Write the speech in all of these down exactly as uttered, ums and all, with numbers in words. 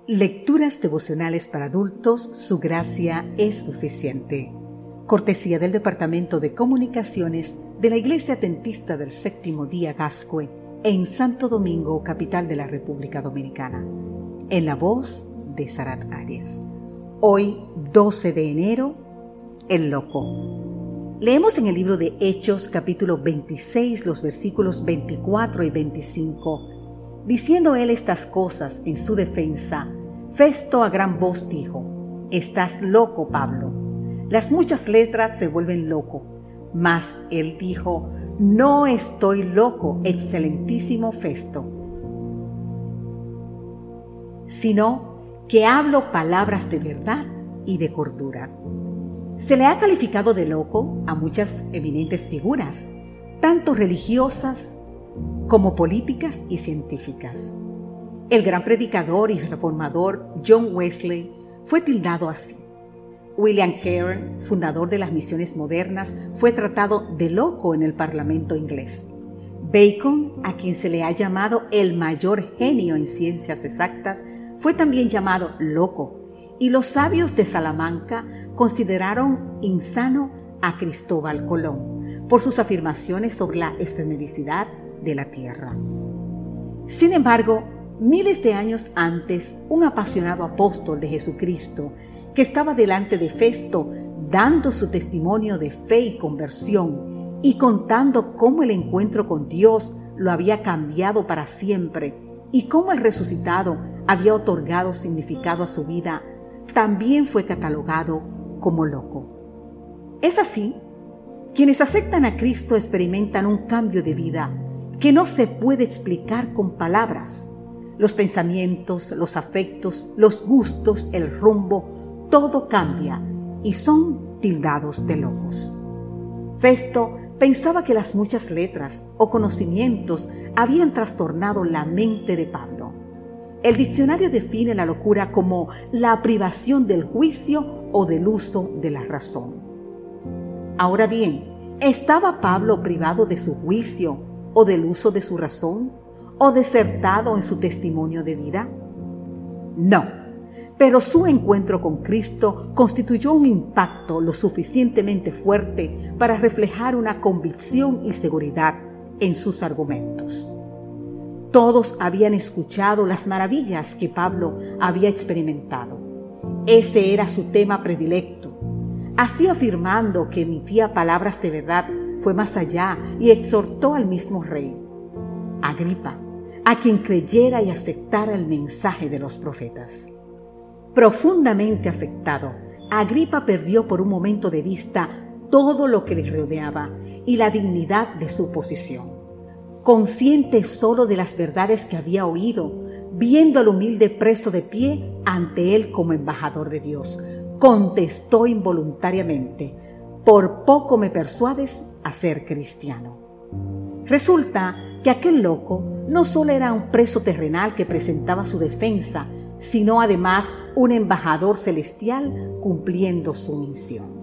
Lecturas devocionales para adultos, su gracia es suficiente. Cortesía del Departamento de Comunicaciones de la Iglesia Adventista del Séptimo Día Gascue en Santo Domingo, capital de la República Dominicana. En la voz de Sarat Arias. Hoy, doce de enero, el loco. Leemos en el libro de Hechos, capítulo veintiséis, los versículos veinticuatro y veinticinco. Diciendo él estas cosas en su defensa, Festo a gran voz dijo: «Estás loco, Pablo. Las muchas letras se vuelven loco». Mas él dijo: «No estoy loco, excelentísimo Festo, sino que hablo palabras de verdad y de cordura». Se le ha calificado de loco a muchas eminentes figuras, tanto religiosas como políticas y científicas. El gran predicador y reformador John Wesley fue tildado así. William Carey, fundador de las misiones modernas, fue tratado de loco en el Parlamento inglés. Bacon, a quien se le ha llamado el mayor genio en ciencias exactas, fue también llamado loco, y los sabios de Salamanca consideraron insano a Cristóbal Colón por sus afirmaciones sobre la efemericidad de la Tierra. Sin embargo, miles de años antes, un apasionado apóstol de Jesucristo que estaba delante de Festo dando su testimonio de fe y conversión y contando cómo el encuentro con Dios lo había cambiado para siempre y cómo el resucitado había otorgado significado a su vida, también fue catalogado como loco. Es así, quienes aceptan a Cristo experimentan un cambio de vida que no se puede explicar con palabras. Los pensamientos, los afectos, los gustos, el rumbo, todo cambia y son tildados de locos. Festo pensaba que las muchas letras o conocimientos habían trastornado la mente de Pablo. El diccionario define la locura como la privación del juicio o del uso de la razón. Ahora bien, ¿estaba Pablo privado de su juicio o del uso de su razón, o desertado en su testimonio de vida? No, pero su encuentro con Cristo constituyó un impacto lo suficientemente fuerte para reflejar una convicción y seguridad en sus argumentos. Todos habían escuchado las maravillas que Pablo había experimentado. Ese era su tema predilecto. Así, afirmando que emitía palabras de verdad, fue más allá y exhortó al mismo rey, Agripa, a quien creyera y aceptara el mensaje de los profetas. Profundamente afectado, Agripa perdió por un momento de vista todo lo que le rodeaba y la dignidad de su posición. Consciente solo de las verdades que había oído, viendo al humilde preso de pie ante él como embajador de Dios, contestó involuntariamente: «Por poco me persuades a ser cristiano». Resulta que aquel loco no solo era un preso terrenal que presentaba su defensa, sino además un embajador celestial cumpliendo su misión.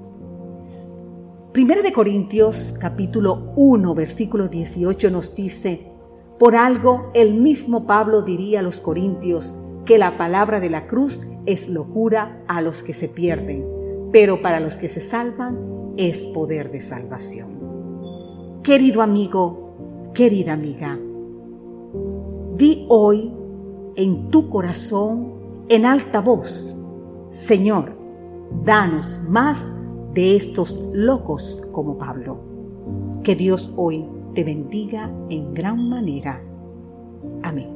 Primera de Corintios, capítulo uno, versículo dieciocho nos dice: «Por algo el mismo Pablo diría a los corintios que la palabra de la cruz es locura a los que se pierden, pero para los que se salvan es poder de salvación». Querido amigo, querida amiga, di hoy en tu corazón en alta voz: «Señor, danos más de estos locos como Pablo». Que Dios hoy te bendiga en gran manera. Amén.